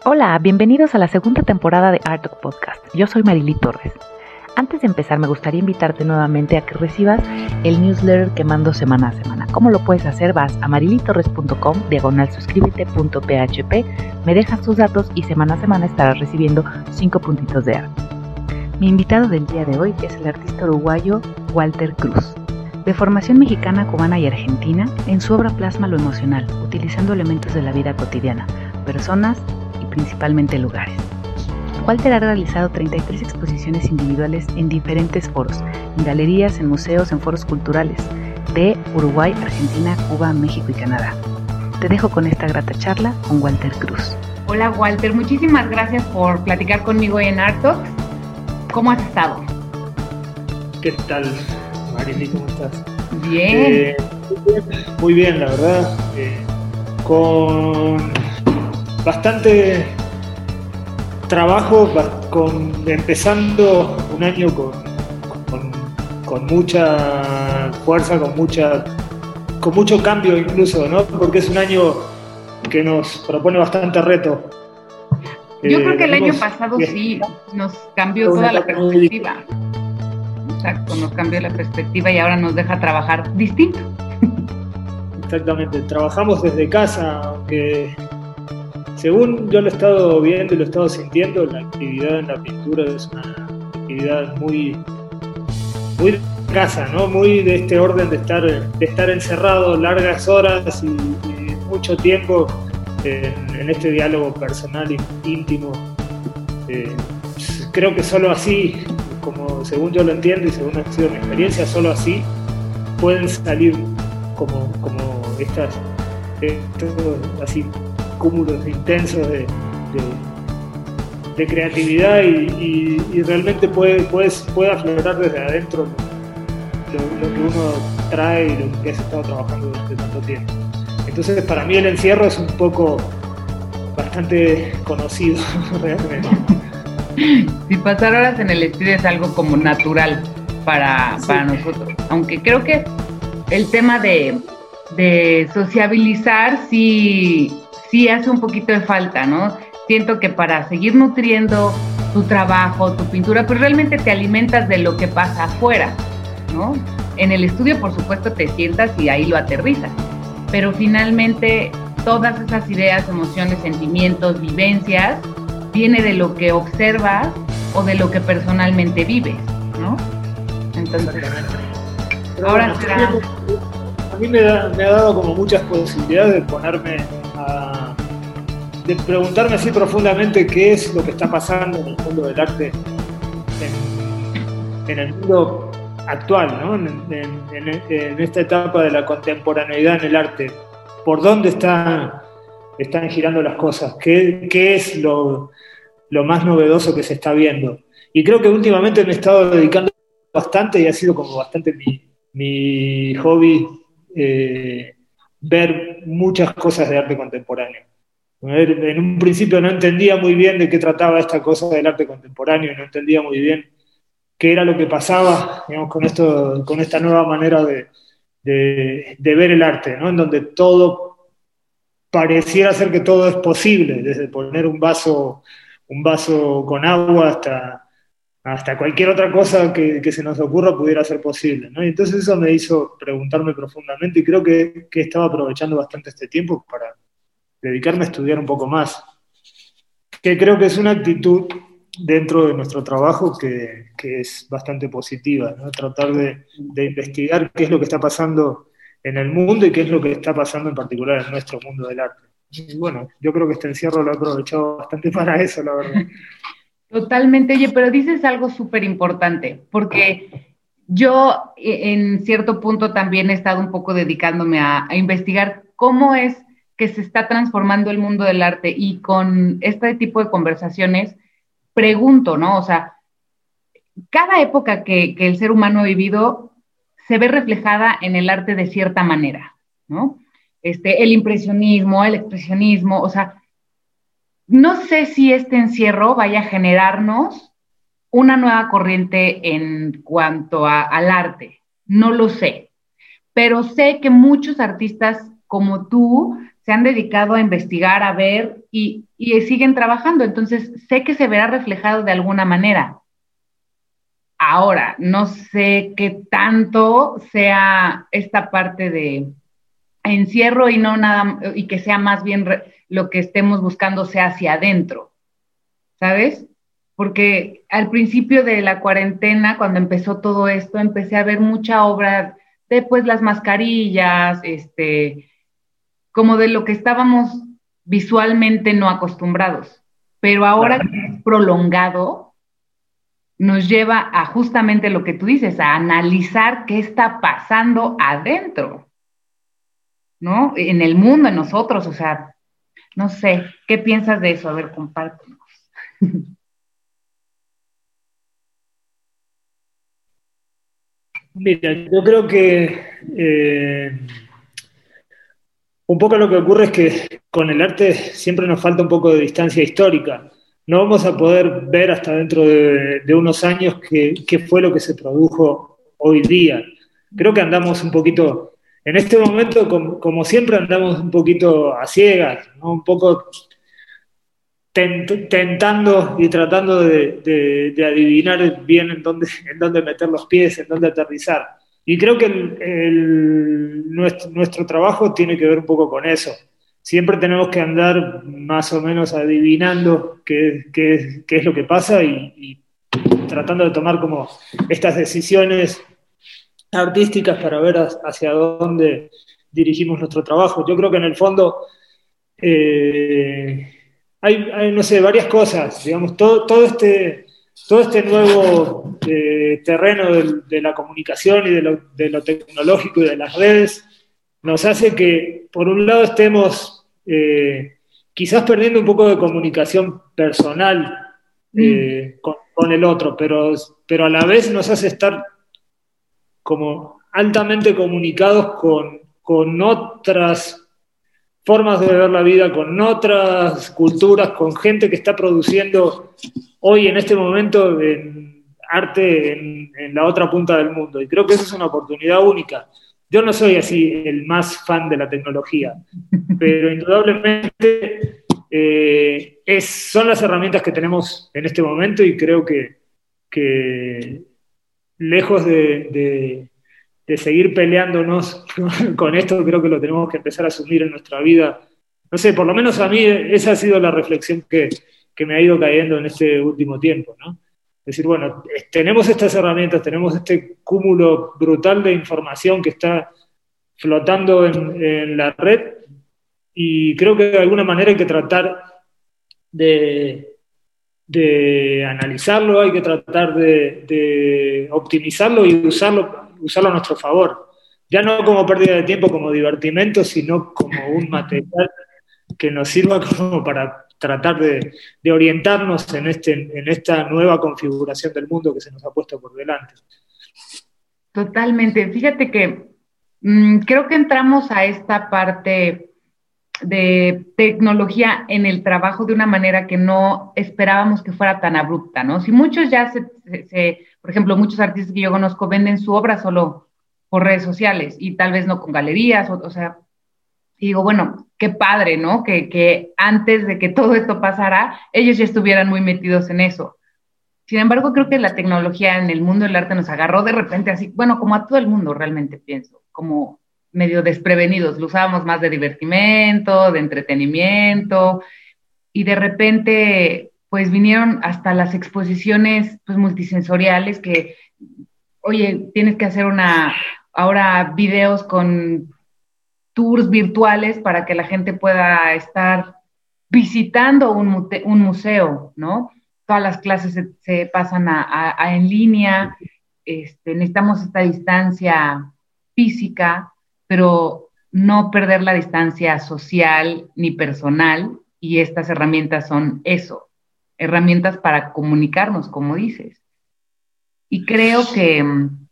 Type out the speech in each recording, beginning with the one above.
Hola, bienvenidos a la segunda temporada de Art Talk Podcast. Yo soy Marily Torres. Antes de empezar, me gustaría invitarte nuevamente a que recibas el newsletter que mando semana a semana. ¿Cómo lo puedes hacer? Vas a marilitorres.com/suscríbete.php, me dejas tus datos y semana a semana estarás recibiendo 5 puntitos de arte. Mi invitado del día de hoy es el artista uruguayo Walter Cruz. De formación mexicana, cubana y argentina, en su obra plasma lo emocional, utilizando elementos de la vida cotidiana, personas y principalmente lugares. Walter ha realizado 33 exposiciones individuales en diferentes foros, en galerías, en museos, en foros culturales de Uruguay, Argentina, Cuba, México y Canadá. Te dejo con esta grata charla con Walter Cruz. Hola Walter, muchísimas gracias por platicar conmigo hoy en Art Talks. ¿Cómo has estado? ¿Qué tal, Marily? ¿Cómo estás? Bien. Muy bien, la verdad. Con bastante trabajo, empezando un año con mucha fuerza, con mucho cambio incluso, ¿no? Porque es un año que nos propone bastante reto. Yo creo que el año pasado sí nos cambió toda la perspectiva. Exacto, nos cambió la perspectiva y ahora nos deja trabajar distinto. Exactamente, trabajamos desde casa, aunque según yo lo he estado viendo y lo he estado sintiendo, la actividad en la pintura es una actividad muy de casa, ¿no? Muy de este orden de estar encerrado largas horas y mucho tiempo en este diálogo personal e íntimo. Creo que solo así, como según yo lo entiendo y según ha sido mi experiencia, solo así pueden salir como estos así cúmulos intensos de creatividad y realmente puede aflorar desde adentro lo que uno trae y lo que has estado trabajando durante tanto tiempo. Entonces, para mí el encierro es un poco bastante conocido realmente. Si pasar horas en el estudio es algo como natural para nosotros, aunque creo que el tema de sociabilizar sí hace un poquito de falta, ¿no? Siento que para seguir nutriendo tu trabajo, tu pintura, pues realmente te alimentas de lo que pasa afuera, ¿no? En el estudio, por supuesto, te sientas y ahí lo aterrizas, pero finalmente todas esas ideas, emociones, sentimientos, vivencias, viene de lo que observas o de lo que personalmente vives, ¿no? Entonces, ahora será... A mí me ha dado como muchas posibilidades de de preguntarme así profundamente qué es lo que está pasando en el mundo del arte, en el mundo actual, ¿no? En esta etapa de la contemporaneidad en el arte. ¿Por dónde están girando las cosas? ¿Qué es lo más novedoso que se está viendo? Y creo que últimamente me he estado dedicando bastante y ha sido como bastante mi hobby ver muchas cosas de arte contemporáneo. En un principio no entendía muy bien de qué trataba esta cosa del arte contemporáneo, no entendía muy bien qué era lo que pasaba, digamos, con esta nueva manera de ver el arte, ¿no? En donde todo pareciera ser que todo es posible, desde poner un vaso con agua hasta cualquier otra cosa que se nos ocurra pudiera ser posible, ¿no? Y entonces eso me hizo preguntarme profundamente y creo que estaba aprovechando bastante este tiempo para dedicarme a estudiar un poco más, que creo que es una actitud dentro de nuestro trabajo que es bastante positiva, ¿no? Tratar de investigar qué es lo que está pasando en el mundo y qué es lo que está pasando en particular en nuestro mundo del arte. Y bueno, yo creo que este encierro lo he aprovechado bastante para eso, la verdad. Totalmente, oye, pero dices algo súper importante, porque yo en cierto punto también he estado un poco dedicándome a investigar cómo es que se está transformando el mundo del arte y con este tipo de conversaciones pregunto, ¿no? O sea, cada época que el ser humano ha vivido se ve reflejada en el arte de cierta manera, ¿no? El impresionismo, el expresionismo, o sea, no sé si este encierro vaya a generarnos una nueva corriente en cuanto al arte, no lo sé, pero sé que muchos artistas como tú se han dedicado a investigar, a ver y siguen trabajando. Entonces, sé que se verá reflejado de alguna manera. Ahora, no sé qué tanto sea esta parte de encierro y no nada, y que sea más bien lo que estemos buscando sea hacia adentro, ¿sabes? Porque al principio de la cuarentena, cuando empezó todo esto, empecé a ver mucha obra de pues las mascarillas, como de lo que estábamos visualmente no acostumbrados. Pero ahora que es prolongado, nos lleva a justamente lo que tú dices, a analizar qué está pasando adentro, ¿no? En el mundo, en nosotros, o sea, no sé, ¿qué piensas de eso? A ver, compártenos. Mira, yo creo que un poco lo que ocurre es que con el arte siempre nos falta un poco de distancia histórica. No vamos a poder ver hasta dentro de unos años qué fue lo que se produjo hoy día. Creo que andamos un poquito, en este momento, como siempre, andamos un poquito a ciegas, ¿no? Un poco tentando y tratando de adivinar bien en dónde meter los pies, en dónde aterrizar. Y creo que nuestro trabajo tiene que ver un poco con eso. Siempre tenemos que andar más o menos adivinando qué es lo que pasa y tratando de tomar como estas decisiones artísticas para ver hacia dónde dirigimos nuestro trabajo. Yo creo que en el fondo hay, no sé, varias cosas, digamos, todo este nuevo terreno de la comunicación y de lo tecnológico y de las redes nos hace que, por un lado, estemos quizás perdiendo un poco de comunicación personal con el otro, pero a la vez nos hace estar como altamente comunicados con otras formas de ver la vida, con otras culturas, con gente que está produciendo hoy en este momento en arte en la otra punta del mundo. Y creo que esa es una oportunidad única. Yo no soy así el más fan de la tecnología, pero indudablemente son las herramientas que tenemos en este momento y creo que lejos de seguir peleándonos con esto, creo que lo tenemos que empezar a asumir en nuestra vida. No sé, por lo menos a mí esa ha sido la reflexión que me ha ido cayendo en este último tiempo, ¿no? Es decir, bueno, tenemos estas herramientas, tenemos este cúmulo brutal de información que está flotando en la red y creo que de alguna manera hay que tratar de analizarlo, hay que tratar de optimizarlo y usarlo a nuestro favor. Ya no como pérdida de tiempo, como divertimento, sino como un material que nos sirva como para tratar de orientarnos en esta nueva configuración del mundo que se nos ha puesto por delante. Totalmente. Fíjate que creo que entramos a esta parte de tecnología en el trabajo de una manera que no esperábamos que fuera tan abrupta, ¿no? Si muchos ya por ejemplo, muchos artistas que yo conozco venden su obra solo por redes sociales y tal vez no con galerías, o sea, y digo, bueno, qué padre, ¿no? Que antes de que todo esto pasara, ellos ya estuvieran muy metidos en eso. Sin embargo, creo que la tecnología en el mundo del arte nos agarró de repente así, bueno, como a todo el mundo realmente pienso, como medio desprevenidos, lo usábamos más de divertimento, de entretenimiento, y de repente, pues vinieron hasta las exposiciones pues, multisensoriales que, oye, tienes que hacer ahora videos con tours virtuales para que la gente pueda estar visitando un museo, ¿no? Todas las clases se pasan en línea, necesitamos esta distancia física, pero no perder la distancia social ni personal, y estas herramientas son eso, herramientas para comunicarnos, como dices. Y creo que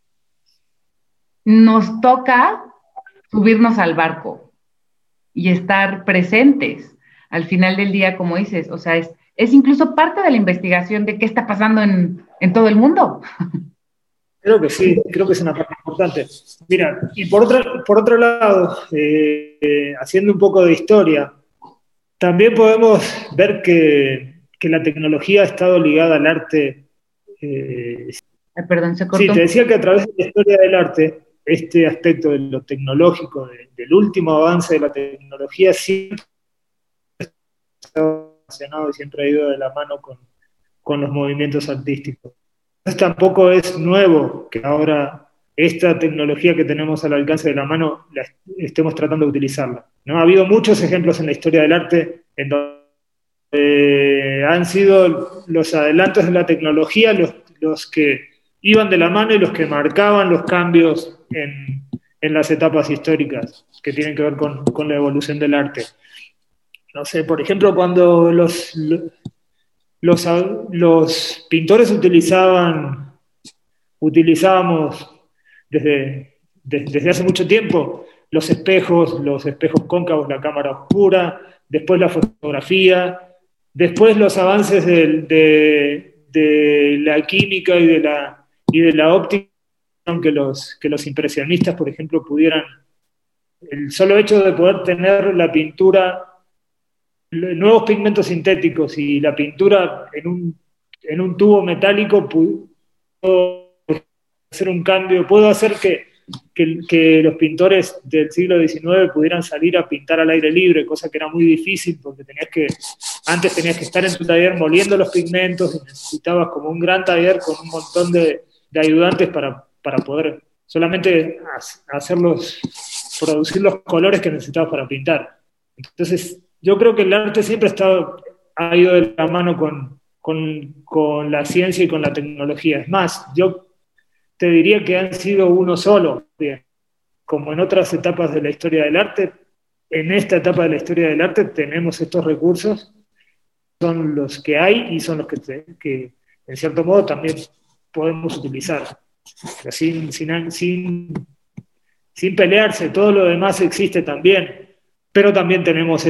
nos toca subirnos al barco y estar presentes al final del día, como dices, o sea, es incluso parte de la investigación de qué está pasando en todo el mundo. Creo que sí, creo que es una parte importante. Mira, y por otro lado, haciendo un poco de historia, también podemos ver que la tecnología ha estado ligada al arte. Perdón, se Sí, cortó. te decía que a través de la historia del arte, este aspecto de lo tecnológico, del último avance de la tecnología, siempre ha estado relacionado y siempre ha ido de la mano con los movimientos artísticos. Entonces tampoco es nuevo que ahora esta tecnología que tenemos al alcance de la mano la estemos tratando de utilizarla, ¿no? Ha habido muchos ejemplos en la historia del arte en donde han sido los adelantos de la tecnología los que iban de la mano y los que marcaban los cambios en las etapas históricas que tienen que ver con la evolución del arte. No sé, por ejemplo, cuando los pintores utilizábamos desde hace mucho tiempo los espejos cóncavos, la cámara oscura, después la fotografía, después los avances de la química y de la óptica, que los impresionistas, por ejemplo, pudieran, el solo hecho de poder tener la pintura, nuevos pigmentos sintéticos y la pintura en un tubo metálico, pudo hacer un cambio, pudo hacer que los pintores del siglo XIX pudieran salir a pintar al aire libre, cosa que era muy difícil porque antes tenías que estar en tu taller moliendo los pigmentos y necesitabas como un gran taller con un montón de ayudantes para poder solamente producir los colores que necesitabas para pintar. Entonces, yo creo que el arte siempre ha ido de la mano con la ciencia y con la tecnología. Es más, yo te diría que han sido uno solo, bien. Como en otras etapas de la historia del arte, en esta etapa de la historia del arte tenemos estos recursos, son los que hay y son los que en cierto modo también podemos utilizar. Pero sin pelearse, todo lo demás existe también, pero también tenemos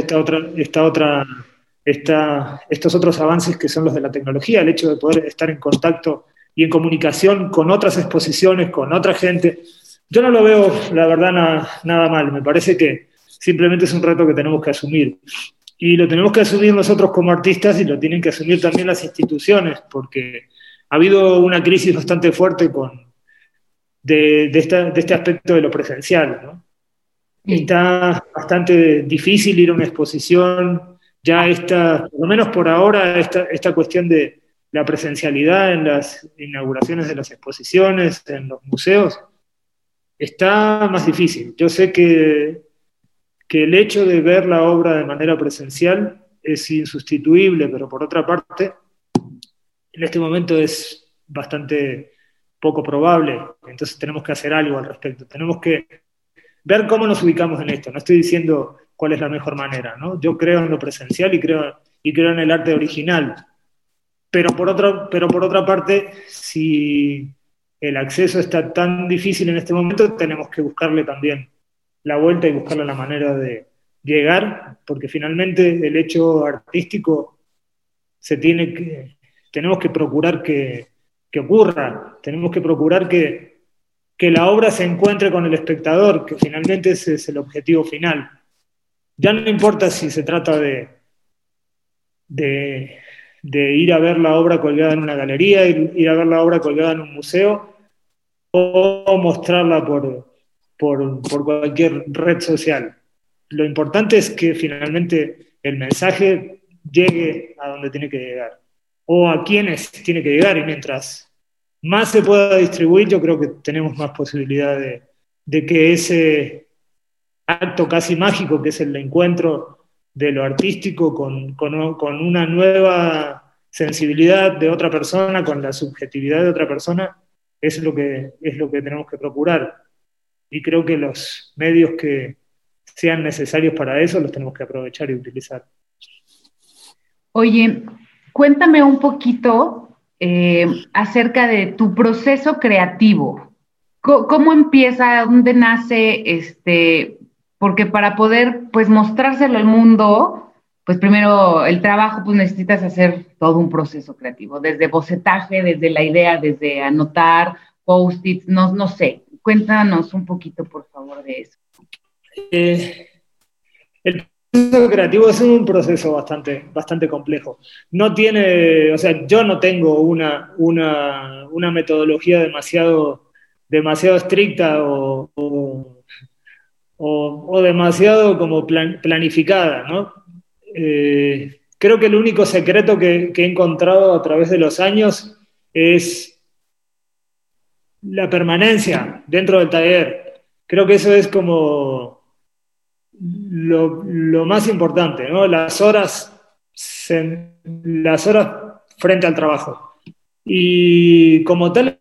estos otros avances que son los de la tecnología, el hecho de poder estar en contacto y en comunicación con otras exposiciones, con otra gente. Yo no lo veo, la verdad, nada mal. Me parece que simplemente es un reto que tenemos que asumir. Y lo tenemos que asumir nosotros como artistas y lo tienen que asumir también las instituciones, porque ha habido una crisis bastante fuerte de este aspecto de lo presencial, ¿no? Sí. Está bastante difícil ir a una exposición, por lo menos por ahora, esta cuestión de la presencialidad en las inauguraciones de las exposiciones, en los museos, está más difícil. Yo sé que el hecho de ver la obra de manera presencial es insustituible, pero por otra parte, en este momento es bastante poco probable, entonces tenemos que hacer algo al respecto. Tenemos que ver cómo nos ubicamos en esto. No estoy diciendo cuál es la mejor manera, ¿no? Yo creo en lo presencial y creo en el arte original. Pero por otra parte, si el acceso está tan difícil en este momento, tenemos que buscarle también la vuelta y buscarle la manera de llegar, porque finalmente el hecho artístico tenemos que procurar que ocurra, tenemos que procurar que la obra se encuentre con el espectador, que finalmente ese es el objetivo final. Ya no importa si se trata de ir a ver la obra colgada en una galería, ir a ver la obra colgada en un museo, o mostrarla por cualquier red social. Lo importante es que finalmente el mensaje llegue a donde tiene que llegar, o a quienes tiene que llegar, y mientras más se pueda distribuir, yo creo que tenemos más posibilidad de que ese acto casi mágico, que es el encuentro de lo artístico con una nueva sensibilidad de otra persona, con la subjetividad de otra persona, es lo que tenemos que procurar. Y creo que los medios que sean necesarios para eso los tenemos que aprovechar y utilizar. Oye, cuéntame un poquito acerca de tu proceso creativo. ¿Cómo empieza? ¿Dónde nace? Porque para poder, pues, mostrárselo al mundo, pues primero el trabajo, pues necesitas hacer todo un proceso creativo, desde bocetaje, desde la idea, desde anotar, post-its, no sé. Cuéntanos un poquito, por favor, de eso. El proceso creativo es un proceso bastante complejo. No tiene, o sea, yo no tengo una metodología demasiado estricta o demasiado como planificada, ¿no? Creo que el único secreto que he encontrado a través de los años es la permanencia dentro del taller. Creo que eso es como lo más importante, ¿no? Las horas frente al trabajo. Y como tal,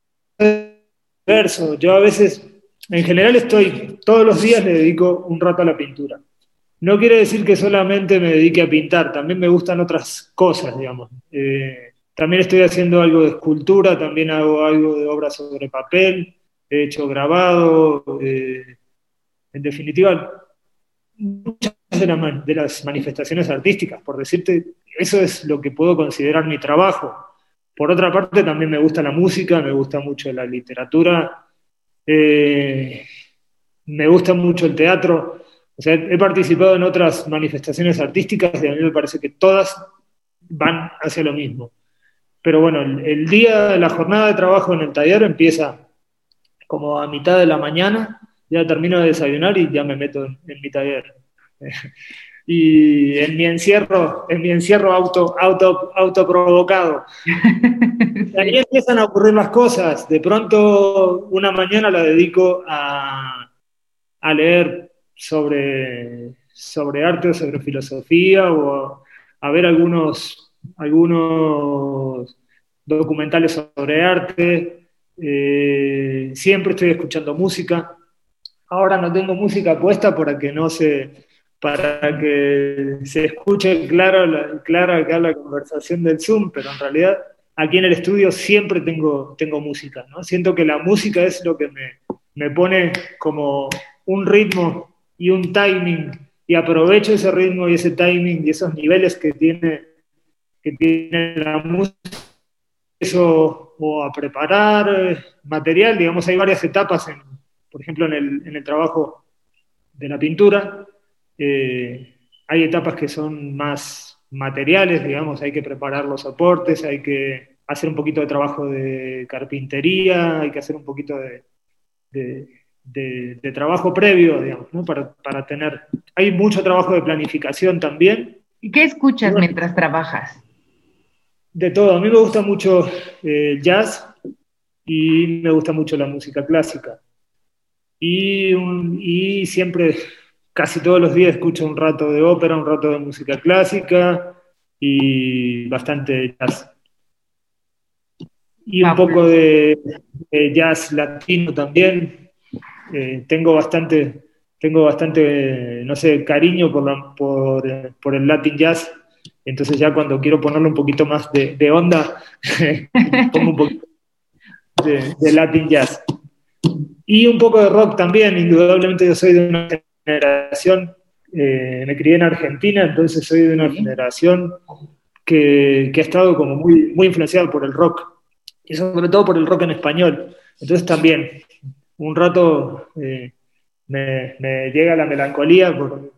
yo a veces, en general todos los días le dedico un rato a la pintura. No quiere decir que solamente me dedique a pintar, también me gustan otras cosas, digamos. También estoy haciendo algo de escultura, también hago algo de obra sobre papel, he hecho grabado, en definitiva, muchas de las manifestaciones artísticas, por decirte, eso es lo que puedo considerar mi trabajo. Por otra parte, también me gusta la música, me gusta mucho la literatura, me gusta mucho el teatro. O sea, he participado en otras manifestaciones artísticas y a mí me parece que todas van hacia lo mismo. Pero bueno, la jornada de trabajo en el taller empieza como a mitad de la mañana, ya termino de desayunar y ya me meto en mi taller. Y en mi encierro autoprovocado. Y ahí empiezan a ocurrir las cosas. De pronto, una mañana la dedico a leer sobre arte o sobre filosofía o a ver algunos documentales sobre arte. Siempre estoy escuchando música. Ahora no tengo música puesta para que se escuche clara acá la conversación del Zoom, pero en realidad aquí en el estudio siempre tengo música, ¿no? Siento que la música es lo que me pone como un ritmo y un timing, y aprovecho ese ritmo y ese timing y esos niveles que tiene la música, eso, o a preparar material, digamos, hay varias etapas, por ejemplo, en el trabajo de la pintura, hay etapas que son más materiales, digamos, hay que preparar los soportes, hay que hacer un poquito de trabajo de carpintería, hay que hacer un poquito de trabajo previo, digamos, ¿no? Para tener... Hay mucho trabajo de planificación también. ¿Y qué escuchas mientras trabajas? De todo. A mí me gusta mucho el jazz y me gusta mucho la música clásica. Y siempre, casi todos los días, escucho un rato de ópera, un rato de música clásica y bastante jazz. Y un poco de jazz latino también. Tengo bastante, no sé, cariño por el Latin jazz. Entonces ya cuando quiero ponerle un poquito más de onda, pongo un poquito de Latin jazz. Y un poco de rock también, indudablemente yo soy de una generación, me crié en Argentina, entonces soy de una generación que ha estado como muy influenciada por el rock, y sobre todo por el rock en español. Entonces también, un rato me llega la melancolía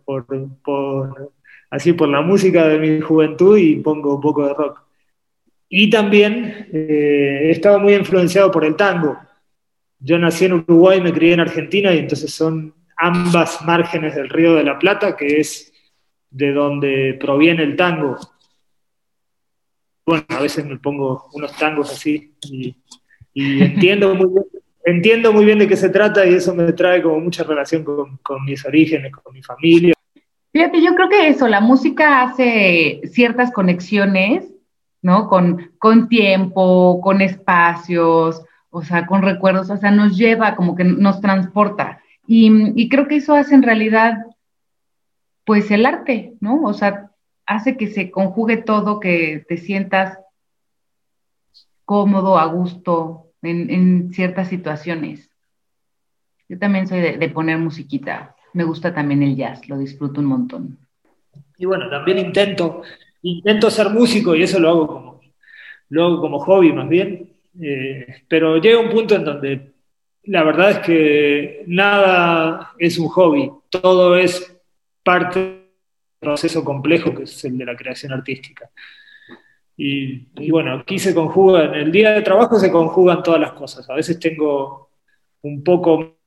así por la música de mi juventud y pongo un poco de rock. Y también he estado muy influenciado por el tango. Yo nací en Uruguay, me crié en Argentina y entonces son ambas márgenes del Río de la Plata, que es de donde proviene el tango. Bueno, a veces me pongo unos tangos así y entiendo muy bien de qué se trata y eso me trae como mucha relación con mis orígenes, con mi familia. Fíjate, yo creo que eso, la música hace ciertas conexiones, ¿no? Con tiempo, con espacios, o sea, con recuerdos, o sea, nos lleva, como que nos transporta. Y creo que eso hace en realidad, pues, el arte, ¿no? O sea, hace que se conjugue todo, que te sientas cómodo, a gusto en ciertas situaciones. Yo también soy de poner musiquita. Me gusta también el jazz, lo disfruto un montón. Y bueno, también intento ser músico y eso lo hago como hobby más bien. Pero llega un punto en donde la verdad es que nada es un hobby, todo es parte del proceso complejo que es el de la creación artística. Y bueno, aquí se conjuga, en el día de trabajo se conjugan todas las cosas. A veces tengo un poco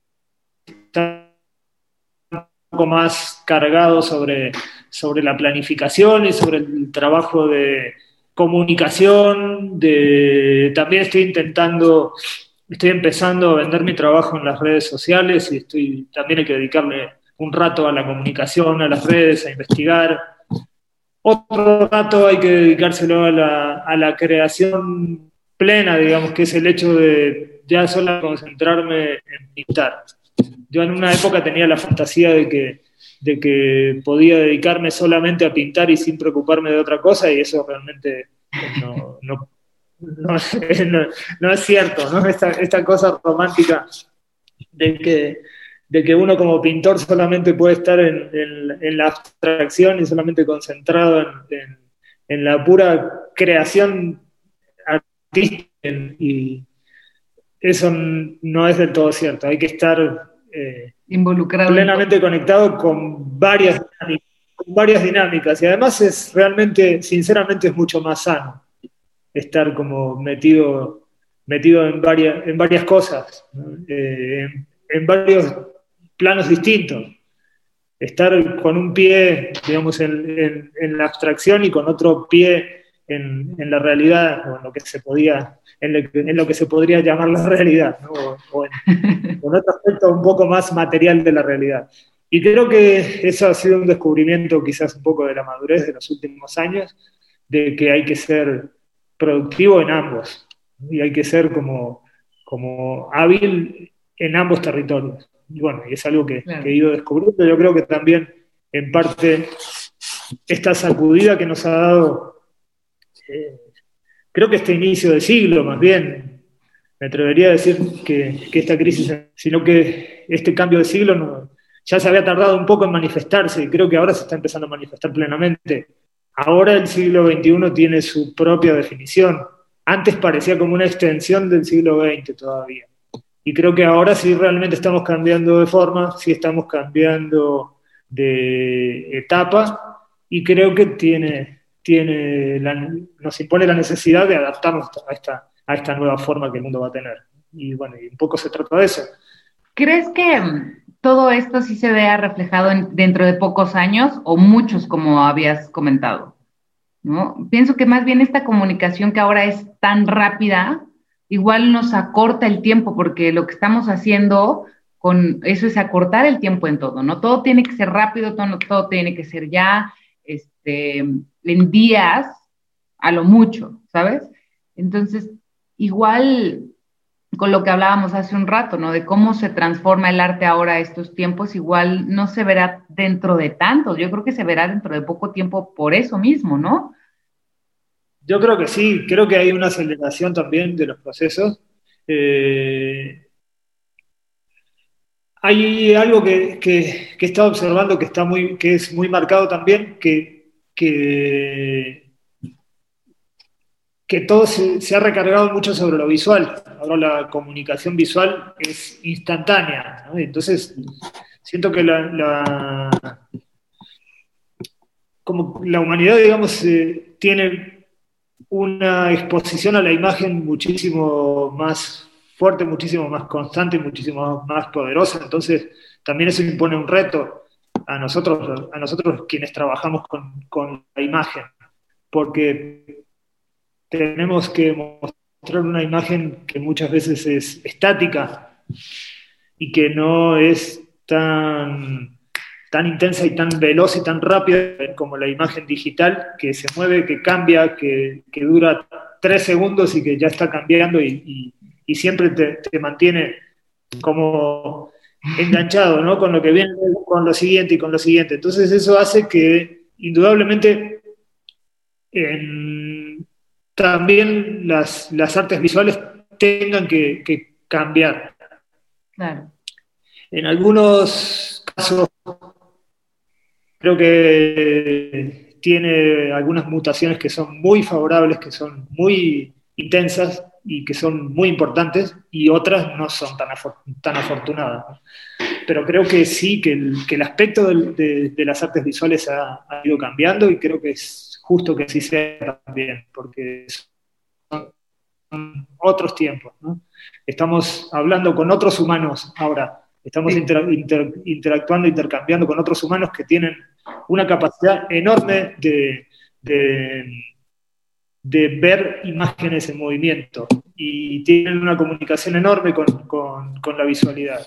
más cargado sobre la planificación y sobre el trabajo de comunicación. También estoy empezando a vender mi trabajo en las redes sociales y también hay que dedicarle un rato a la comunicación, a las redes, a investigar. Otro rato hay que dedicárselo a la creación plena, digamos, que es el hecho de ya solo concentrarme en pintar. Yo en una época tenía la fantasía de que podía dedicarme solamente a pintar y sin preocuparme de otra cosa, y eso realmente no es cierto, ¿no? Esta cosa romántica de que uno como pintor solamente puede estar en la abstracción y solamente concentrado en la pura creación artística, y eso no es del todo cierto. Hay que estar involucrado plenamente conectado con varias dinámicas, y además es realmente, sinceramente, es mucho más sano estar como metido en varias cosas, ¿no? En varios planos distintos. Estar con un pie, digamos, en la abstracción y con otro pie en la realidad, o en lo que se podría llamar la realidad, ¿no? o en otro aspecto un poco más material de la realidad. Y creo que eso ha sido un descubrimiento quizás un poco de la madurez de los últimos años, de que hay que ser productivo en ambos, y hay que ser como hábil en ambos territorios. Y bueno, y es algo que he ido descubriendo. Yo creo que también, en parte, esta sacudida que nos ha dado, creo que este inicio de siglo, más bien, me atrevería a decir que esta crisis, sino que este cambio de siglo ya se había tardado un poco en manifestarse, y creo que ahora se está empezando a manifestar plenamente. Ahora el siglo XXI tiene su propia definición. Antes parecía como una extensión del siglo XX todavía. Y creo que ahora sí realmente estamos cambiando de forma, sí estamos cambiando de etapa, y creo que nos impone la necesidad de adaptarnos a esta nueva forma que el mundo va a tener. Y bueno, y un poco se trata de eso. ¿Crees que todo esto sí se vea reflejado dentro de pocos años o muchos, como habías comentado? ¿No? Pienso que más bien esta comunicación que ahora es tan rápida, igual nos acorta el tiempo, porque lo que estamos haciendo con eso es acortar el tiempo en todo, ¿no? Todo tiene que ser rápido, todo tiene que ser ya, en días, a lo mucho, ¿sabes? Entonces, igual con lo que hablábamos hace un rato, ¿no? De cómo se transforma el arte ahora a estos tiempos, igual no se verá dentro de tanto, yo creo que se verá dentro de poco tiempo por eso mismo, ¿no? Yo creo que sí, creo que hay una aceleración también de los procesos. Hay algo que he estado observando que es muy marcado también, que todo se ha recargado mucho sobre lo visual. Ahora la comunicación visual es instantánea, ¿no? Entonces, siento que como la humanidad, digamos, tiene una exposición a la imagen muchísimo más fuerte, muchísimo más constante, muchísimo más poderosa. Entonces, también eso impone un reto a nosotros quienes trabajamos con la imagen, porque tenemos que mostrar una imagen que muchas veces es estática y que no es tan intensa y tan veloz y tan rápida como la imagen digital, que se mueve, que cambia, que dura 3 segundos y que ya está cambiando, y siempre te mantiene como enganchado, ¿no? Con lo que viene, con lo siguiente y con lo siguiente. Entonces eso hace que indudablemente también las artes visuales tengan que cambiar. Claro. En algunos casos creo que tiene algunas mutaciones que son muy favorables, que son muy intensas, y que son muy importantes, y otras no son tan afortunadas, ¿no? Pero creo que sí, que el aspecto de las artes visuales ha ido cambiando, y creo que es justo que así sea también, porque son otros tiempos, ¿no? Estamos hablando con otros humanos ahora, estamos interactuando, intercambiando con otros humanos que tienen una capacidad enorme de ver imágenes en movimiento, y tienen una comunicación enorme con la visualidad.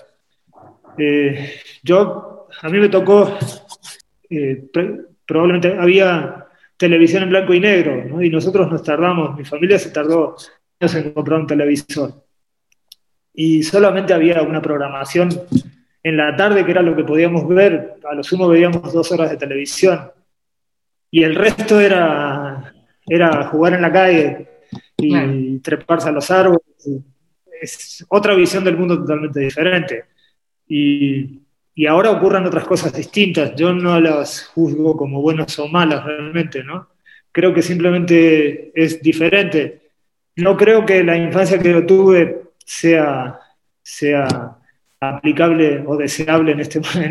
A mí me tocó, probablemente había televisión en blanco y negro, ¿no? Y nosotros mi familia se tardó años en comprar un televisor. Y solamente había una programación en la tarde, que era lo que podíamos ver. A lo sumo veíamos 2 horas de televisión. Y el resto era jugar en la calle y treparse a los árboles. Es otra visión del mundo totalmente diferente. Y ahora ocurren otras cosas distintas. Yo no las juzgo como buenas o malas realmente, ¿no? Creo que simplemente es diferente. No creo que la infancia que yo tuve sea aplicable o deseable en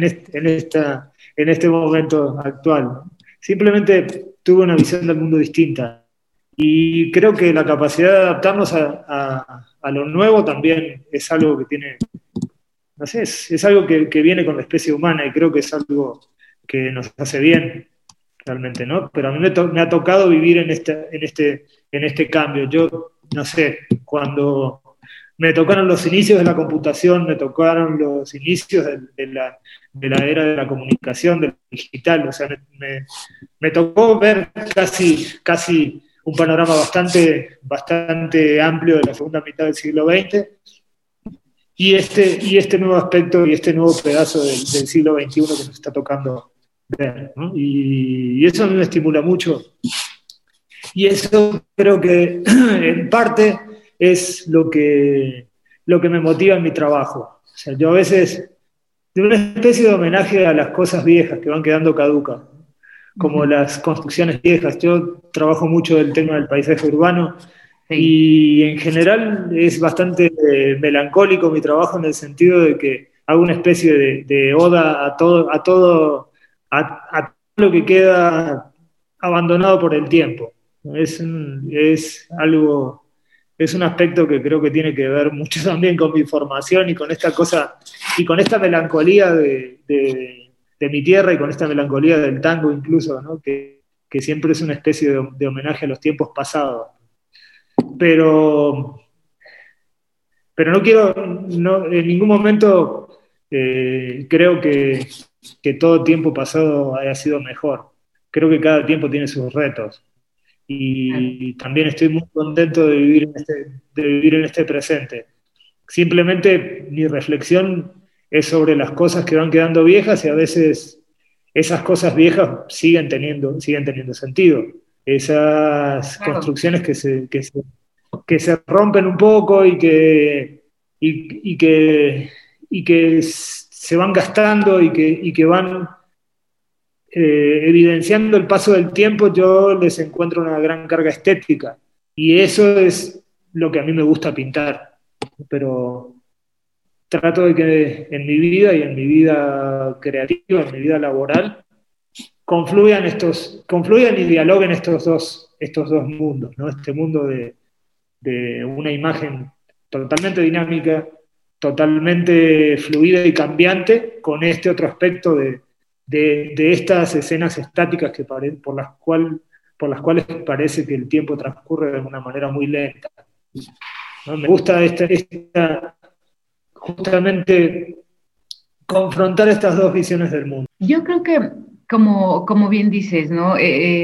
este momento actual, ¿no? Simplemente tuve una visión del mundo distinta. Y creo que la capacidad de adaptarnos a lo nuevo también es algo que tiene, no sé, es algo que viene con la especie humana, y creo que es algo que nos hace bien realmente, ¿no? Pero a mí me ha tocado vivir en este cambio. Yo, no sé, cuando me tocaron los inicios de la computación, me tocaron los inicios de la era de la comunicación, del digital, o sea, me tocó ver casi un panorama bastante amplio de la segunda mitad del siglo XX, y este nuevo aspecto y este nuevo pedazo del siglo XXI que nos está tocando ver, ¿no? Y eso a mí me estimula mucho, y eso creo que en parte es lo que me motiva en mi trabajo. O sea, yo a veces, de una especie de homenaje a las cosas viejas que van quedando caducas, como las construcciones viejas. Yo trabajo mucho el tema del paisaje urbano, y en general es bastante melancólico mi trabajo, en el sentido de que hago una especie de oda a todo lo que queda abandonado por el tiempo. Es un aspecto que creo que tiene que ver mucho también con mi formación, y con esta cosa, y con esta melancolía de mi tierra, y con esta melancolía del tango incluso, ¿no? Que siempre es una especie de homenaje a los tiempos pasados. Pero no quiero, en ningún momento creo que todo tiempo pasado haya sido mejor. Creo que cada tiempo tiene sus retos. Y también estoy muy contento de vivir en este presente. Simplemente mi reflexión es sobre las cosas que van quedando viejas, y a veces esas cosas viejas siguen teniendo sentido. Esas construcciones que se rompen un poco, y que se van gastando, y que van evidenciando el paso del tiempo, yo les encuentro una gran carga estética, y eso es lo que a mí me gusta pintar. Pero trato de que en mi vida, y en mi vida creativa, en mi vida laboral, confluyan y dialoguen estos dos mundos, ¿no? Este mundo de una imagen totalmente dinámica, totalmente fluida y cambiante, con este otro aspecto de estas escenas estáticas por las cuales parece que el tiempo transcurre de una manera muy lenta, ¿no? Me gusta justamente confrontar estas dos visiones del mundo. Yo creo que, como bien dices, ¿no?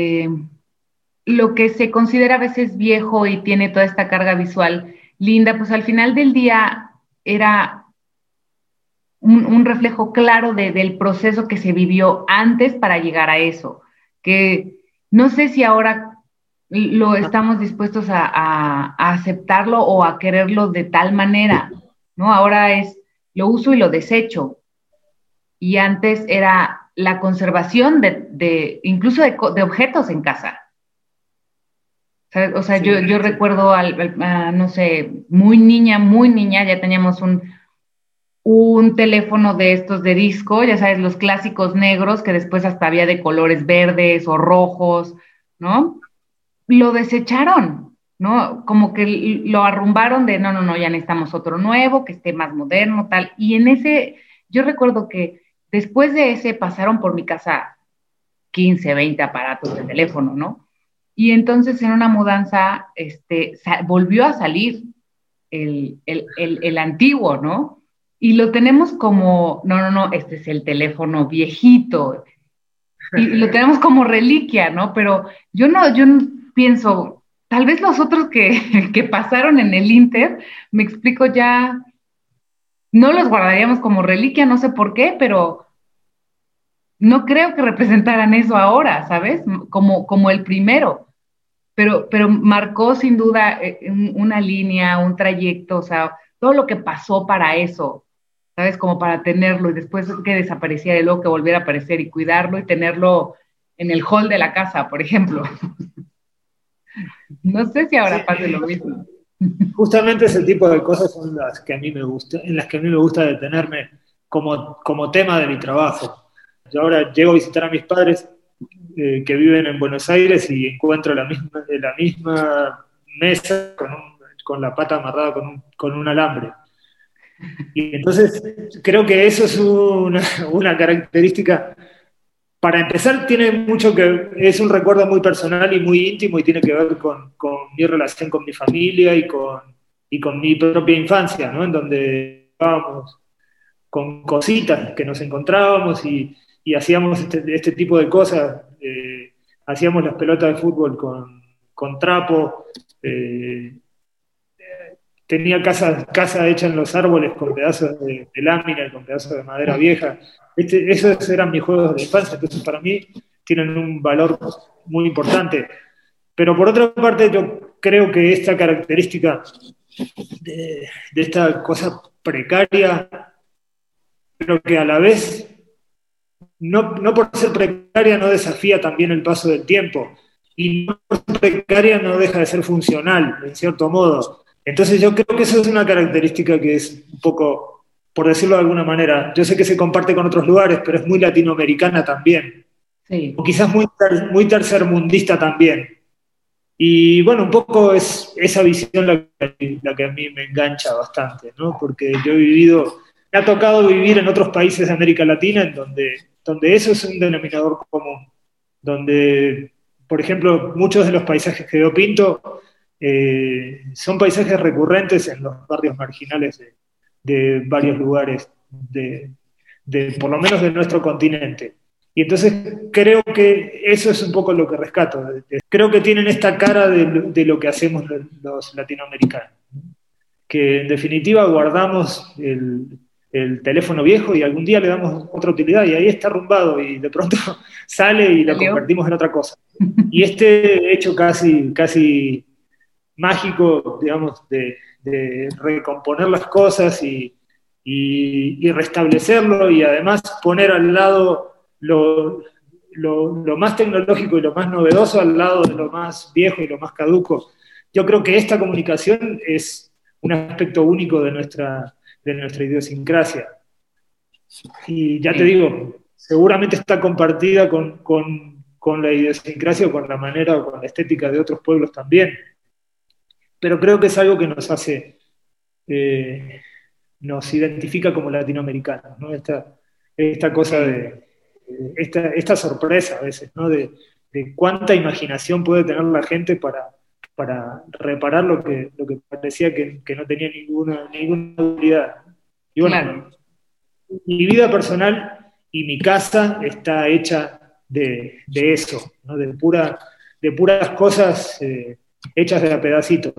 Lo que se considera a veces viejo y tiene toda esta carga visual linda, pues al final del día era un reflejo claro del proceso que se vivió antes para llegar a eso, que no sé si ahora lo estamos dispuestos a aceptarlo o a quererlo de tal manera, ¿no? Ahora es lo uso y lo desecho, y antes era la conservación incluso de objetos en casa. ¿Sabes? O sea, Sí, yo sí. recuerdo, no sé, muy niña, ya teníamos un teléfono de estos de disco, ya sabes, los clásicos negros, que después hasta había de colores verdes o rojos, ¿no? Lo desecharon, ¿no? Como que lo arrumbaron de, no, no, no, ya necesitamos otro nuevo, que esté más moderno, tal. Y en ese, yo recuerdo que después de ese pasaron por mi casa 15, 20 aparatos de teléfono, ¿no? Y entonces en una mudanza, volvió a salir el antiguo, ¿no? Y lo tenemos como, no, no, no, este es el teléfono viejito, y lo tenemos como reliquia, ¿no? Pero yo no pienso, tal vez los otros que, que pasaron en el Inter, me explico ya, no los guardaríamos como reliquia, no sé por qué, pero no creo que representaran eso ahora, ¿sabes? Como el primero. Pero marcó sin duda una línea, un trayecto, o sea, todo lo que pasó para eso, ¿sabes? Como para tenerlo y después que desapareciera y luego que volviera a aparecer y cuidarlo y tenerlo en el hall de la casa, por ejemplo. No sé si Sí, ahora pase lo mismo. justamente ese tipo de cosas son las que a mí me gusta, en las que a mí me gusta detenerme como tema de mi trabajo. Yo ahora llego a visitar a mis padres que viven en Buenos Aires y encuentro la misma mesa con la pata amarrada con un alambre. Y entonces creo que eso es una característica. Para empezar, tiene mucho que, es un recuerdo muy personal y muy íntimo y tiene que ver con mi relación con mi familia y con mi propia infancia, ¿no? En donde estábamos con cositas que nos encontrábamos y hacíamos este tipo de cosas. Hacíamos las pelotas de fútbol con trapo. eh, Tenía casa hecha en los árboles con pedazos de lámina y con pedazos de madera vieja. Esos eran mis juegos de infancia, entonces para mí tienen un valor muy importante. Pero por otra parte, yo creo que esta característica de esta cosa precaria, creo que a la vez, no por ser precaria, no desafía también el paso del tiempo. Y no por ser precaria no deja de ser funcional, en cierto modo. Entonces yo creo que eso es una característica que es un poco, por decirlo de alguna manera, yo sé que se comparte con otros lugares, pero es muy latinoamericana también. O Sí, quizás muy tercermundista también. Y bueno, un poco es esa visión la que a mí me engancha bastante, ¿no? Porque yo he vivido, me ha tocado vivir en otros países de América Latina en donde eso es un denominador común, donde, por ejemplo, muchos de los paisajes que yo pinto son paisajes recurrentes en los barrios marginales de varios lugares, por lo menos de nuestro continente. Y entonces creo que eso es un poco lo que rescato. Creo que tienen esta cara de lo que hacemos los latinoamericanos, que en definitiva guardamos el teléfono viejo y algún día le damos otra utilidad y ahí está arrumbado y de pronto sale y lo salió. convertimos en otra cosa. Y este hecho casi mágico, digamos, de recomponer las cosas y restablecerlo y además poner al lado lo más tecnológico y lo más novedoso al lado de lo más viejo y lo más caduco. Yo creo que esta comunicación es un aspecto único de nuestra idiosincrasia. Y ya te Sí, digo, seguramente está compartida con la idiosincrasia o con la manera o con la estética de otros pueblos también. Pero creo que es algo que eh, nos identifica como latinoamericanos, ¿no? Esta cosa sí. esta sorpresa a veces, ¿no? De cuánta imaginación puede tener la gente para reparar lo que parecía que no tenía ninguna utilidad. Y bueno, Claro. mi vida personal y mi casa está hecha de eso, ¿no? De puras cosas hechas de a pedacitos.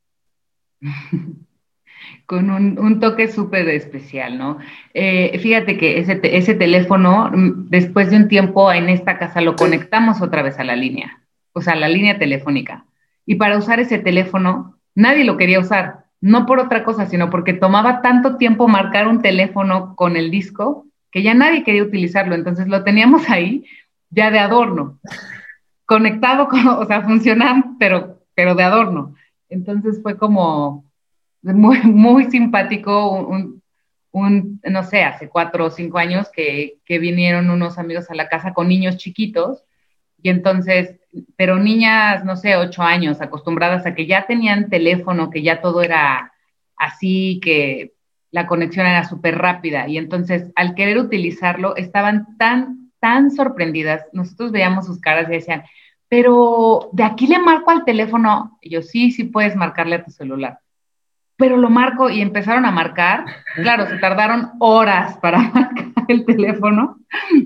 Con un toque súper especial, ¿no? Fíjate que ese teléfono, después de un tiempo en esta casa lo Sí. conectamos otra vez a la línea, o sea, a la línea telefónica. Y para usar ese teléfono, nadie lo quería usar, no por otra cosa, sino porque tomaba tanto tiempo marcar un teléfono con el disco que ya nadie quería utilizarlo. Entonces lo teníamos ahí ya de adorno, conectado, o sea, funcionando, pero pero de adorno. Entonces fue como muy, muy simpático no sé, hace 4 o 5 años que vinieron unos amigos a la casa con niños chiquitos y entonces, pero niñas, no sé, 8 años, acostumbradas a que ya tenían teléfono, que ya todo era así, que la conexión era súper rápida y entonces al querer utilizarlo estaban tan sorprendidas. Nosotros veíamos sus caras y decían, pero de aquí le marco al teléfono. Y yo, sí, sí puedes marcarle a tu celular. Pero lo marco y empezaron a marcar. Claro, se tardaron horas para marcar el teléfono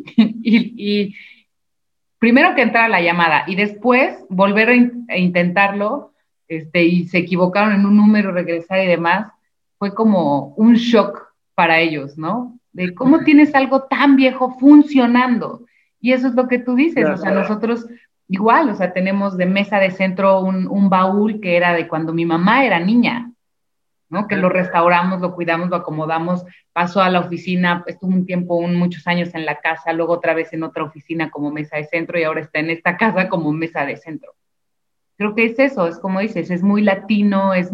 y primero que entrara la llamada y después volver a intentarlo y se equivocaron en un número, regresar y demás, fue como un shock para ellos, ¿no? De cómo tienes algo tan viejo funcionando. Y eso es lo que tú dices, claro. O sea, nosotros igual, o sea, tenemos de mesa de centro un baúl que era de cuando mi mamá era niña, ¿no? Que lo restauramos, lo cuidamos, lo acomodamos, pasó a la oficina, estuvo un tiempo, muchos años en la casa, luego otra vez en otra oficina como mesa de centro y ahora está en esta casa como mesa de centro. Creo que es eso, es como dices, es muy latino, es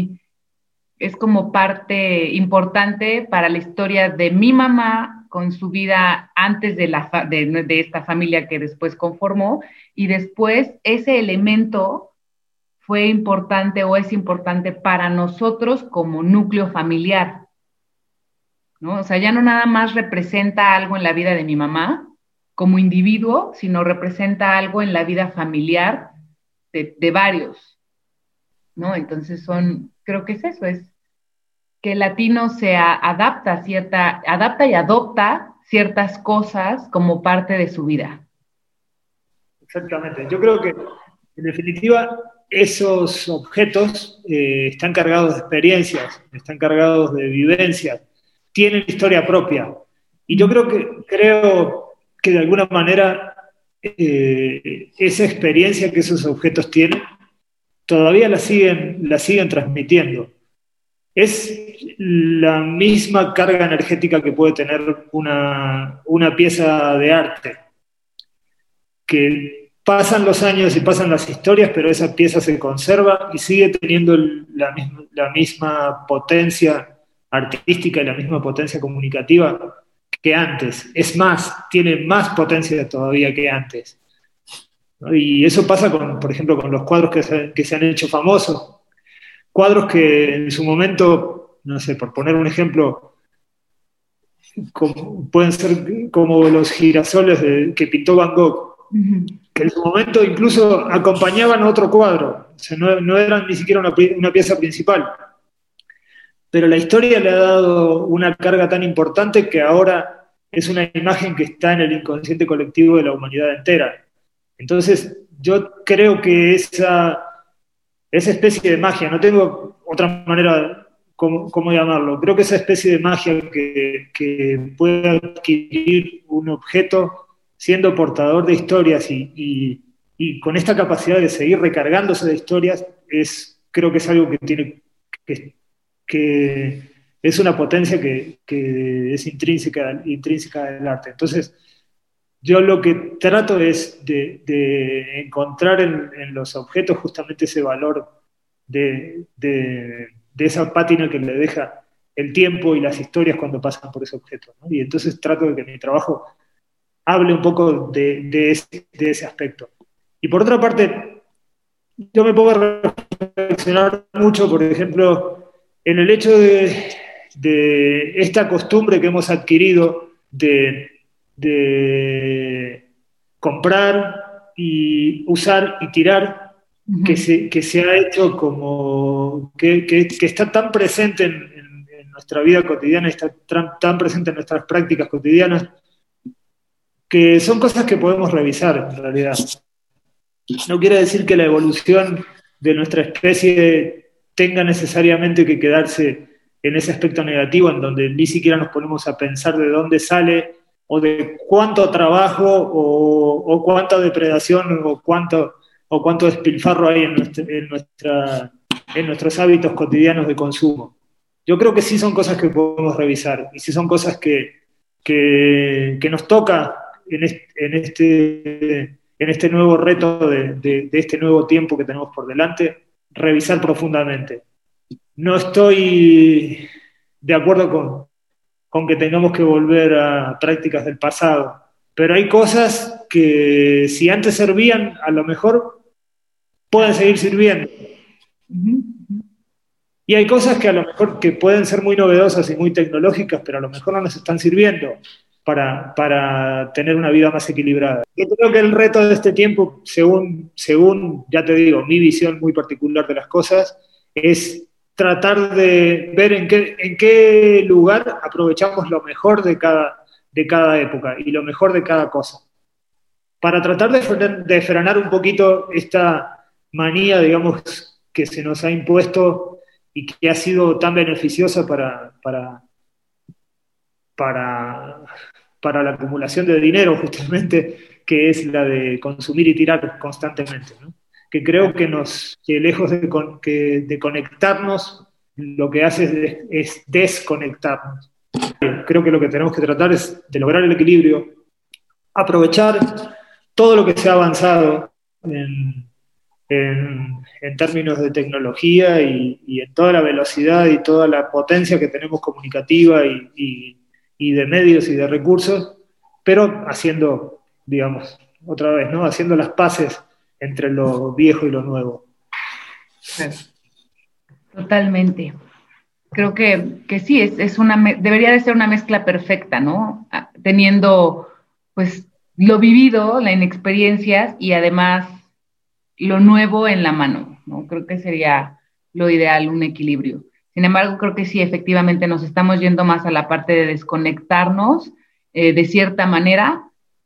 como parte importante para la historia de mi mamá con su vida antes de esta familia que después conformó y después ese elemento fue importante o es importante para nosotros como núcleo familiar, ¿no? O sea, ya no nada más representa algo en la vida de mi mamá como individuo, sino representa algo en la vida familiar de varios, ¿no? Entonces creo que es eso, es que el latino adapta y adopta ciertas cosas como parte de su vida. Exactamente. Yo creo que, en definitiva, esos objetos están cargados de experiencias, están cargados de vivencias, tienen historia propia. Y yo creo que de alguna manera esa experiencia que esos objetos tienen, todavía la siguen transmitiendo. Es la misma carga energética que puede tener una pieza de arte, que pasan los años y pasan las historias, pero esa pieza se conserva y sigue teniendo la misma potencia artística y la misma potencia comunicativa que antes. Es más, tiene más potencia todavía que antes. ¿No? Y eso pasa, por ejemplo, con los cuadros que se han hecho famosos. Cuadros que en su momento, no sé, por poner un ejemplo, pueden ser como los girasoles que pintó Van Gogh, que en su momento incluso acompañaban a otro cuadro, o sea, no eran ni siquiera una pieza principal. Pero la historia le ha dado una carga tan importante que ahora es una imagen que está en el inconsciente colectivo de la humanidad entera. Entonces, yo creo que esa especie de magia, no tengo otra manera cómo llamarlo, creo que esa especie de magia que puede adquirir un objeto siendo portador de historias y con esta capacidad de seguir recargándose de historias, creo que es algo que es una potencia que es intrínseca del arte. Entonces, yo lo que trato es de encontrar en los objetos justamente ese valor de esa pátina que le deja el tiempo y las historias cuando pasan por ese objeto, ¿no? Y entonces trato de que mi trabajo hable un poco de ese aspecto. Y por otra parte, yo me pongo a reflexionar mucho, por ejemplo, en el hecho de esta costumbre que hemos adquirido de comprar y usar y tirar, que se ha hecho como que está tan presente en nuestra vida cotidiana, está tan presente en nuestras prácticas cotidianas, que son cosas que podemos revisar en realidad. No quiere decir que la evolución de nuestra especie tenga necesariamente que quedarse en ese aspecto negativo, en donde ni siquiera nos ponemos a pensar de dónde sale, o de cuánto trabajo, o cuánta depredación, o cuánto despilfarro hay en nuestros hábitos cotidianos de consumo. Yo creo que sí son cosas que podemos revisar, y sí son cosas que nos toca en en este nuevo reto de este nuevo tiempo que tenemos por delante, revisar profundamente. No estoy de acuerdo con que tengamos que volver a prácticas del pasado, pero hay cosas que si antes servían, a lo mejor pueden seguir sirviendo. Y hay cosas que a lo mejor que pueden ser muy novedosas y muy tecnológicas, pero a lo mejor no nos están sirviendo para tener una vida más equilibrada. Yo creo que el reto de este tiempo, según, ya te digo, mi visión muy particular de las cosas, es tratar de ver en qué lugar aprovechamos lo mejor de cada época y lo mejor de cada cosa. Para tratar de frenar un poquito esta manía, digamos, que se nos ha impuesto y que ha sido tan beneficiosa para la acumulación de dinero, justamente, que es la de consumir y tirar constantemente, ¿no? Que creo que lejos de conectarnos, lo que hace es desconectarnos. Creo que lo que tenemos que tratar es de lograr el equilibrio, aprovechar todo lo que se ha avanzado en términos de tecnología y en toda la velocidad y toda la potencia que tenemos comunicativa y de medios y de recursos, pero haciendo, digamos, otra vez, ¿no? Haciendo las paces entre lo viejo y lo nuevo. Totalmente. Creo que sí, debería de ser una mezcla perfecta, ¿no? Teniendo, pues, lo vivido, la inexperiencia y además lo nuevo en la mano, ¿no? Creo que sería lo ideal, un equilibrio. Sin embargo, creo que sí, efectivamente nos estamos yendo más a la parte de desconectarnos de cierta manera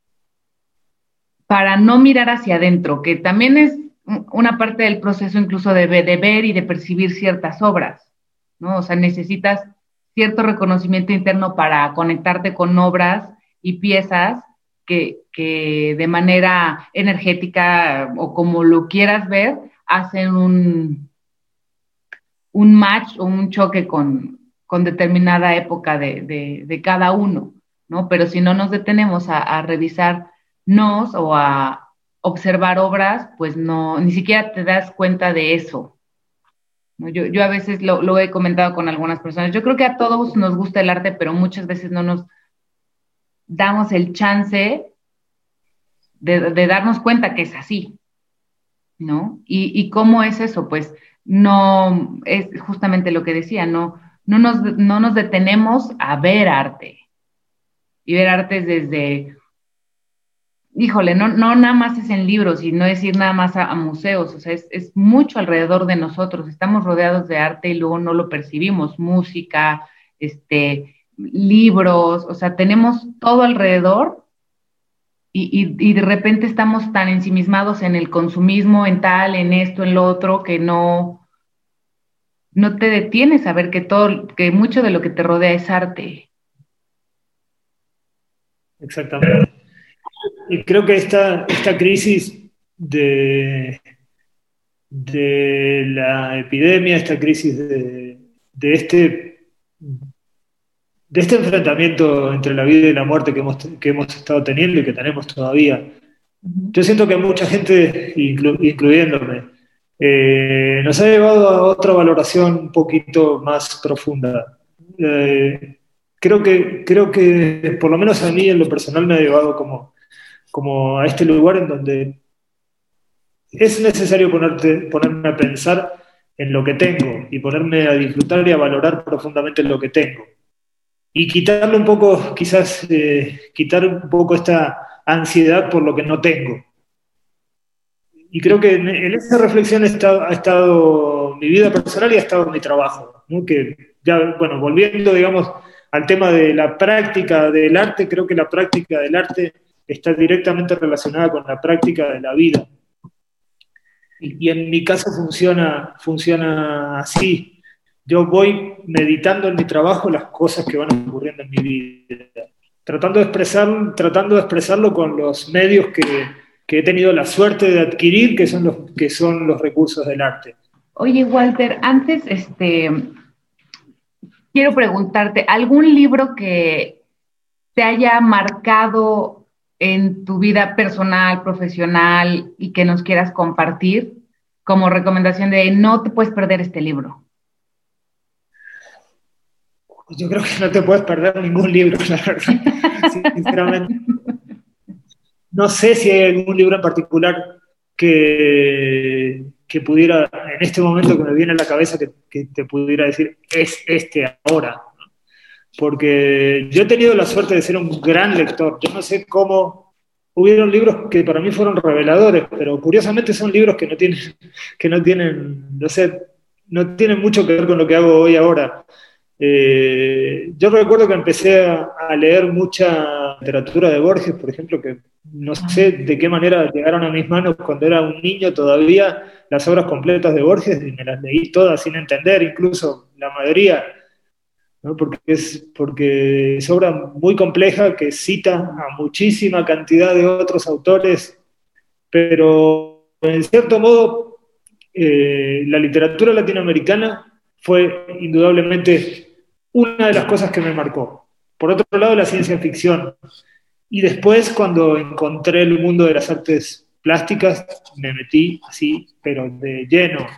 para no mirar hacia adentro, que también es una parte del proceso incluso de ver y de percibir ciertas obras, ¿no? O sea, necesitas cierto reconocimiento interno para conectarte con obras y piezas que de manera energética o como lo quieras ver, hacen un match o un choque con determinada época de cada uno, ¿no? Pero si no nos detenemos a revisarnos o a observar obras, pues no, ni siquiera te das cuenta de eso, ¿no? Yo a veces lo he comentado con algunas personas. Yo creo que a todos nos gusta el arte, pero muchas veces no nos damos el chance de darnos cuenta que es así, ¿no? ¿Y cómo es eso? Pues no, es justamente lo que decía, no nos detenemos a ver arte. Y ver arte desde, híjole, no nada más es en libros y no es ir nada más a museos, o sea, es mucho alrededor de nosotros, estamos rodeados de arte y luego no lo percibimos, música, libros, o sea, tenemos todo alrededor. Y de repente estamos tan ensimismados en el consumismo, en tal, en esto, en lo otro, que no te detienes a ver que mucho de lo que te rodea es arte. Exactamente. Y creo que esta crisis de la epidemia, esta crisis de este enfrentamiento entre la vida y la muerte que hemos estado teniendo y que tenemos todavía. Yo siento que mucha gente, incluyéndome, nos ha llevado a otra valoración un poquito más profunda. Creo que por lo menos a mí en lo personal me ha llevado como a este lugar en donde es necesario ponerme a pensar en lo que tengo y ponerme a disfrutar y a valorar profundamente lo que tengo. Y quitarle un poco, quizás, quitar un poco esta ansiedad por lo que no tengo. Y creo que en esa reflexión ha estado mi vida personal y ha estado mi trabajo, ¿no? Que ya, bueno, volviendo, digamos, al tema de la práctica del arte, creo que la práctica del arte está directamente relacionada con la práctica de la vida. Y en mi caso funciona así. Yo voy meditando en mi trabajo las cosas que van ocurriendo en mi vida, tratando de expresarlo con los medios que he tenido la suerte de adquirir, que son los recursos del arte. Oye, Walter, antes quiero preguntarte, ¿algún libro que te haya marcado en tu vida personal, profesional y que nos quieras compartir como recomendación de no te puedes perder este libro? Yo creo que no te puedes perder ningún libro, la verdad, sinceramente. No sé si hay algún libro en particular que pudiera, en este momento que me viene a la cabeza, que te pudiera decir, es este ahora. Porque yo he tenido la suerte de ser un gran lector. Yo no sé cómo hubieron libros que para mí fueron reveladores, pero curiosamente son libros no sé, no tienen mucho que ver con lo que hago hoy ahora. Yo recuerdo que empecé a leer mucha literatura de Borges, por ejemplo, que no sé de qué manera llegaron a mis manos cuando era un niño todavía las obras completas de Borges, y me las leí todas sin entender, incluso la mayoría, ¿no? Porque es obra muy compleja que cita a muchísima cantidad de otros autores, pero en cierto modo la literatura latinoamericana fue indudablemente una de las cosas que me marcó. Por otro lado, la ciencia ficción. Y después, cuando encontré el mundo de las artes plásticas, me metí así, pero de lleno,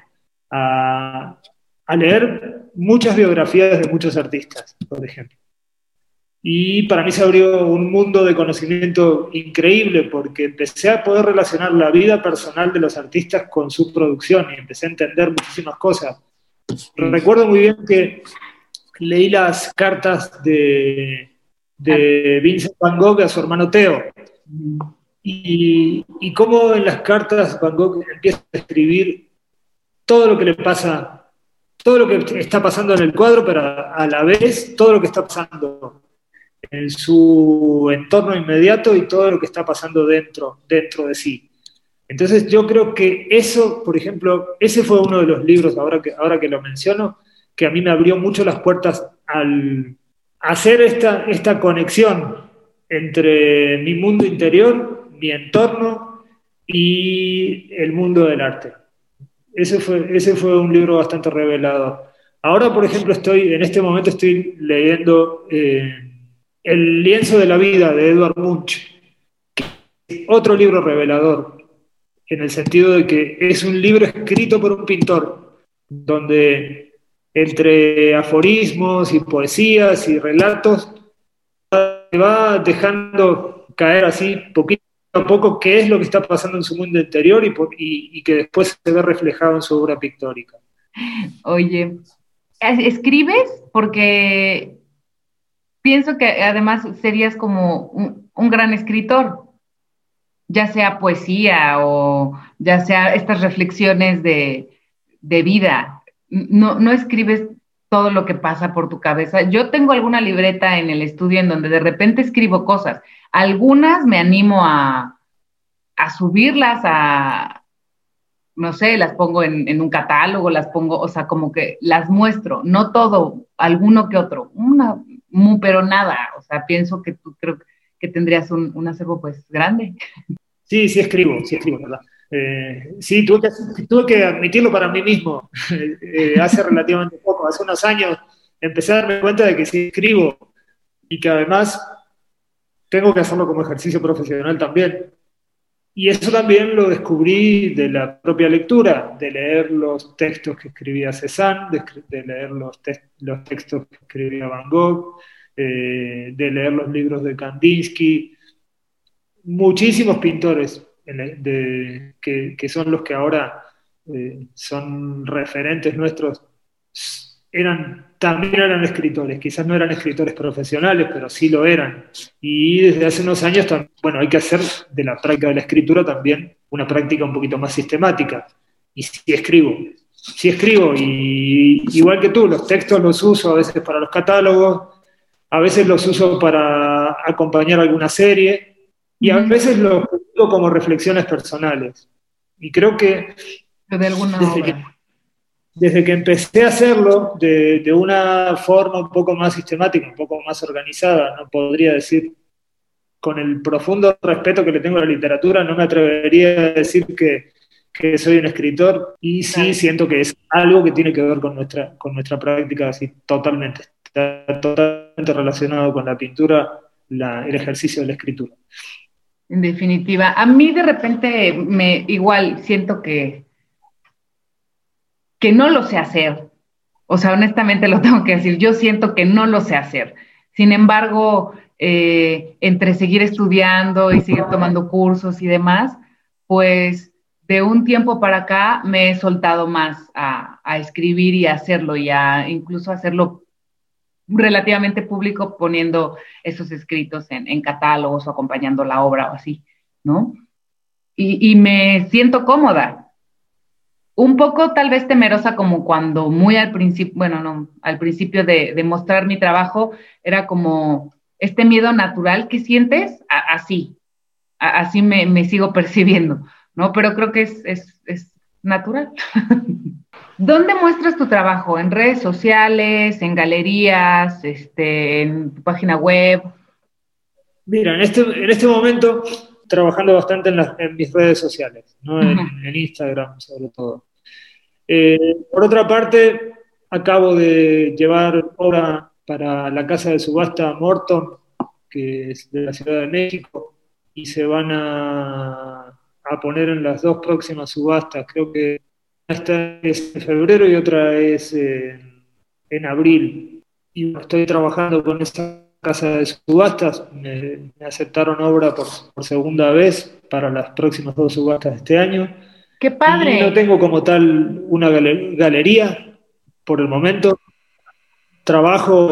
a leer muchas biografías de muchos artistas, por ejemplo. Y para mí se abrió un mundo de conocimiento increíble, porque empecé a poder relacionar la vida personal de los artistas con su producción y empecé a entender muchísimas cosas. Recuerdo muy bien que leí las cartas de Vincent Van Gogh a su hermano Theo, y cómo en las cartas Van Gogh empieza a escribir todo lo que le pasa, todo lo que está pasando en el cuadro, pero a la vez todo lo que está pasando en su entorno inmediato y todo lo que está pasando dentro de sí. Entonces yo creo que eso, por ejemplo, ese fue uno de los libros, ahora que lo menciono, que a mí me abrió mucho las puertas al hacer esta conexión entre mi mundo interior, mi entorno y el mundo del arte. Ese fue un libro bastante revelador. Ahora, por ejemplo, en este momento estoy leyendo El lienzo de la vida de Edvard Munch, otro libro revelador, en el sentido de que es un libro escrito por un pintor, donde entre aforismos y poesías y relatos va dejando caer así poquito a poco qué es lo que está pasando en su mundo interior y que después se ve reflejado en su obra pictórica. Oye, ¿escribes? Porque pienso que además serías como un gran escritor, ya sea poesía o ya sea estas reflexiones de vida. No escribes todo lo que pasa por tu cabeza. Yo tengo alguna libreta en el estudio en donde de repente escribo cosas. Algunas me animo a subirlas, no sé, las pongo en un catálogo, las pongo, o sea, como que las muestro, no todo, alguno que otro, pero nada, o sea, pienso que tú creo que tendrías un acervo pues grande. Sí escribo, ¿verdad? Sí, tuve que admitirlo para mí mismo hace relativamente poco, hace unos años empecé a darme cuenta de que sí escribo y que además tengo que hacerlo como ejercicio profesional también. Y eso también lo descubrí de la propia lectura, de leer los textos que escribía Cézanne, de leer los textos que escribía Van Gogh, de leer los libros de Kandinsky, muchísimos pintores que son los que ahora son referentes nuestros, también eran escritores, quizás no eran escritores profesionales, pero sí lo eran. Y desde hace unos años, bueno, hay que hacer de la práctica de la escritura también una práctica un poquito más sistemática. Y sí escribo, y igual que tú, los textos los uso a veces para los catálogos, a veces los uso para acompañar alguna serie, y a veces los uso como reflexiones personales. Y creo que de alguna desde que empecé a hacerlo de una forma un poco más sistemática, un poco más organizada, no podría decir, con el profundo respeto que le tengo a la literatura, no me atrevería a decir que soy un escritor, y sí siento que es algo que tiene que ver con nuestra práctica, así totalmente. Está totalmente relacionado con la pintura, el ejercicio de la escritura. En definitiva. A mí de repente igual siento que no lo sé hacer. O sea, honestamente lo tengo que decir. Yo siento que no lo sé hacer. Sin embargo, entre seguir estudiando y seguir tomando cursos y demás, pues de un tiempo para acá me he soltado más a escribir y a hacerlo, y a incluso hacerlo relativamente público, poniendo esos escritos en catálogos o acompañando la obra o así, ¿no? Y me siento cómoda. Un poco tal vez temerosa, como cuando muy al principio, bueno, no, al principio de mostrar mi trabajo, era como este miedo natural que sientes, así me sigo percibiendo, ¿no? Pero creo que es natural. ¿Dónde muestras tu trabajo? ¿En redes sociales, en galerías, en tu página web? Mira, en este momento trabajando bastante en mis redes sociales, ¿no? En Instagram sobre todo. Por otra parte, acabo de llevar obra para la casa de subasta Morton, que es de la Ciudad de México, y se van a poner en las 2 próximas subastas. Creo que esta es en febrero y otra es en abril. Y bueno, estoy trabajando con esa casa de subastas. Me aceptaron obra por segunda vez para las próximas 2 subastas de este año. ¡Qué padre! Y no tengo como tal una galería por el momento. Trabajo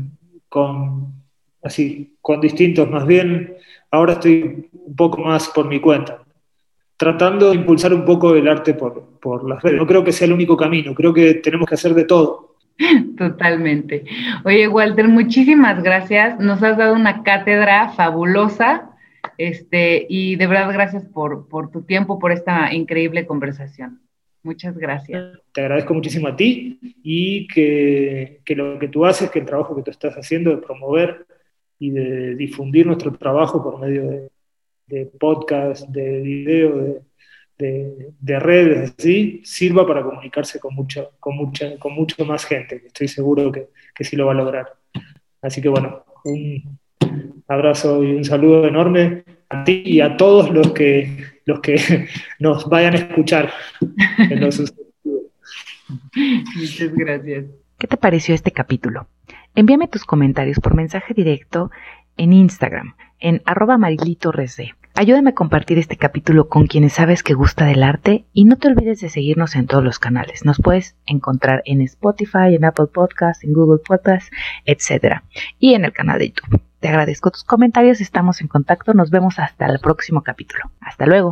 con distintos, más bien ahora estoy un poco más por mi cuenta, tratando de impulsar un poco el arte por las redes. No creo que sea el único camino, creo que tenemos que hacer de todo. Totalmente. Oye, Walter, muchísimas gracias. Nos has dado una cátedra fabulosa, y de verdad gracias por tu tiempo, por esta increíble conversación. Muchas gracias. Te agradezco muchísimo a ti, y que lo que tú haces, que el trabajo que tú estás haciendo de promover y de difundir nuestro trabajo por medio de podcast, de video, de redes, así, sirva para comunicarse con mucho más gente, que estoy seguro que sí lo va a lograr. Así que bueno, un abrazo y un saludo enorme a ti y a todos los que nos vayan a escuchar en los Muchas gracias. ¿Qué te pareció este capítulo? Envíame tus comentarios por mensaje directo en Instagram, en @marilitoresd. Ayúdame a compartir este capítulo con quienes sabes que gusta del arte, y no te olvides de seguirnos en todos los canales. Nos puedes encontrar en Spotify, en Apple Podcasts, en Google Podcasts, etc. Y en el canal de YouTube. Te agradezco tus comentarios, estamos en contacto, nos vemos hasta el próximo capítulo. Hasta luego.